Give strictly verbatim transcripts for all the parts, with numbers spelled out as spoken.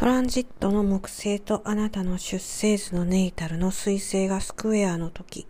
トランジットの木星とあなたの出生図のネイタルの水星がスクエアの時。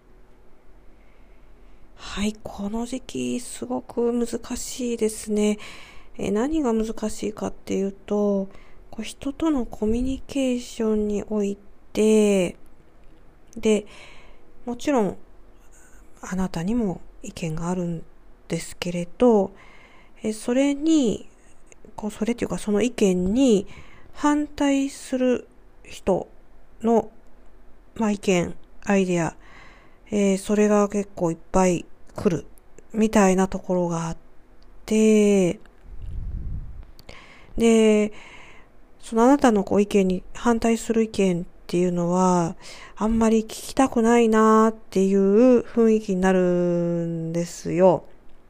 はい、この時期すごく難しいですね。え何が難しいかっていうと、こう人とのコミュニケーションにおいて、で、もちろんあなたにも意見があるんですけれど、えそれに、こうそれっていうかその意見に反対する人の、まあ、意見、アイデア、えー、それが結構いっぱい来るみたいなところがあって、で、そのあなたのこう意見に反対する意見っていうのは、あんまり聞きたくないなーっていう雰囲気になるんですよ。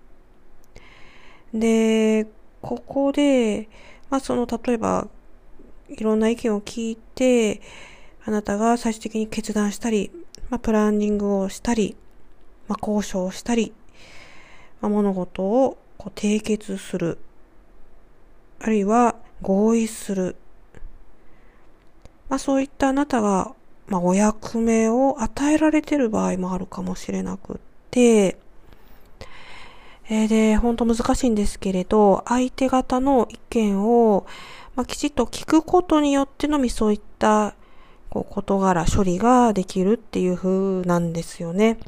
で、ここで、まあその例えば、いろんな意見を聞いて、あなたが最終的に決断したり、まあプランニングをしたり、まあ交渉をしたり、まあ、物事をこう締結する、あるいは合意する。まあそういったあなたが、まあお役目を与えられている場合もあるかもしれなくって、えー、で、本当難しいんですけれど、相手方の意見を、まあ、きちっと聞くことによってのみそういったこう事柄、処理ができるっていう風なんですよね。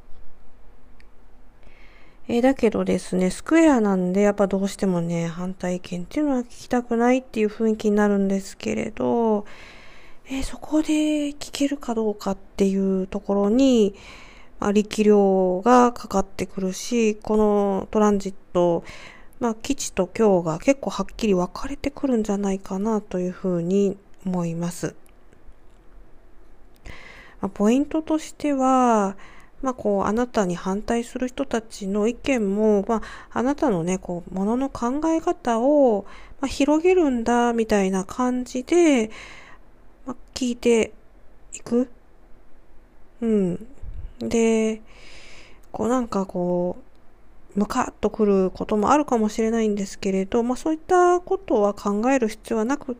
えー、だけどですね、スクエアなんで、やっぱどうしてもね、反対意見っていうのは聞きたくないっていう雰囲気になるんですけれど、えー、そこで聞けるかどうかっていうところに、まあ、力量がかかってくるし、このトランジット、まあ、吉と凶が結構はっきり分かれてくるんじゃないかなというふうに思います。まあ、ポイントとしては、まあ、こう、あなたに反対する人たちの意見も、まあ、あなたのね、こう、ものの考え方を、まあ、広げるんだ、みたいな感じで、まあ、聞いていく。うん。で、こう、なんかこう、ムカッとくることもあるかもしれないんですけれど、まあそういったことは考える必要はなくって、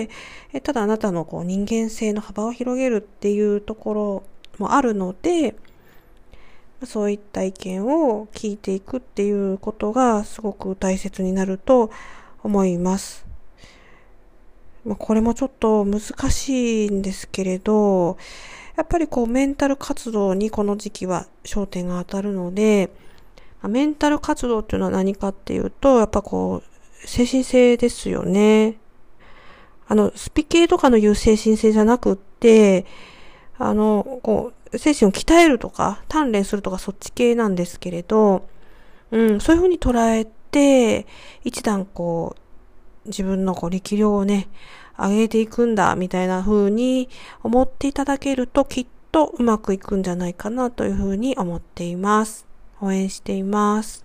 えただあなたのこう人間性の幅を広げるっていうところもあるので、そういった意見を聞いていくっていうことがすごく大切になると思います。まあ、これもちょっと難しいんですけれど、やっぱりこうメンタル活動にこの時期は焦点が当たるので、メンタル活動っていうのは何かっていうと、やっぱこう、精神性ですよね。あの、スピ系とかの言う精神性じゃなくって、あの、こう、精神を鍛えるとか、鍛錬するとかそっち系なんですけれど、うん、そういうふうに捉えて、一段こう、自分のこう力量をね、上げていくんだ、みたいな風に思っていただけると、きっとうまくいくんじゃないかなというふうに思っています。応援しています。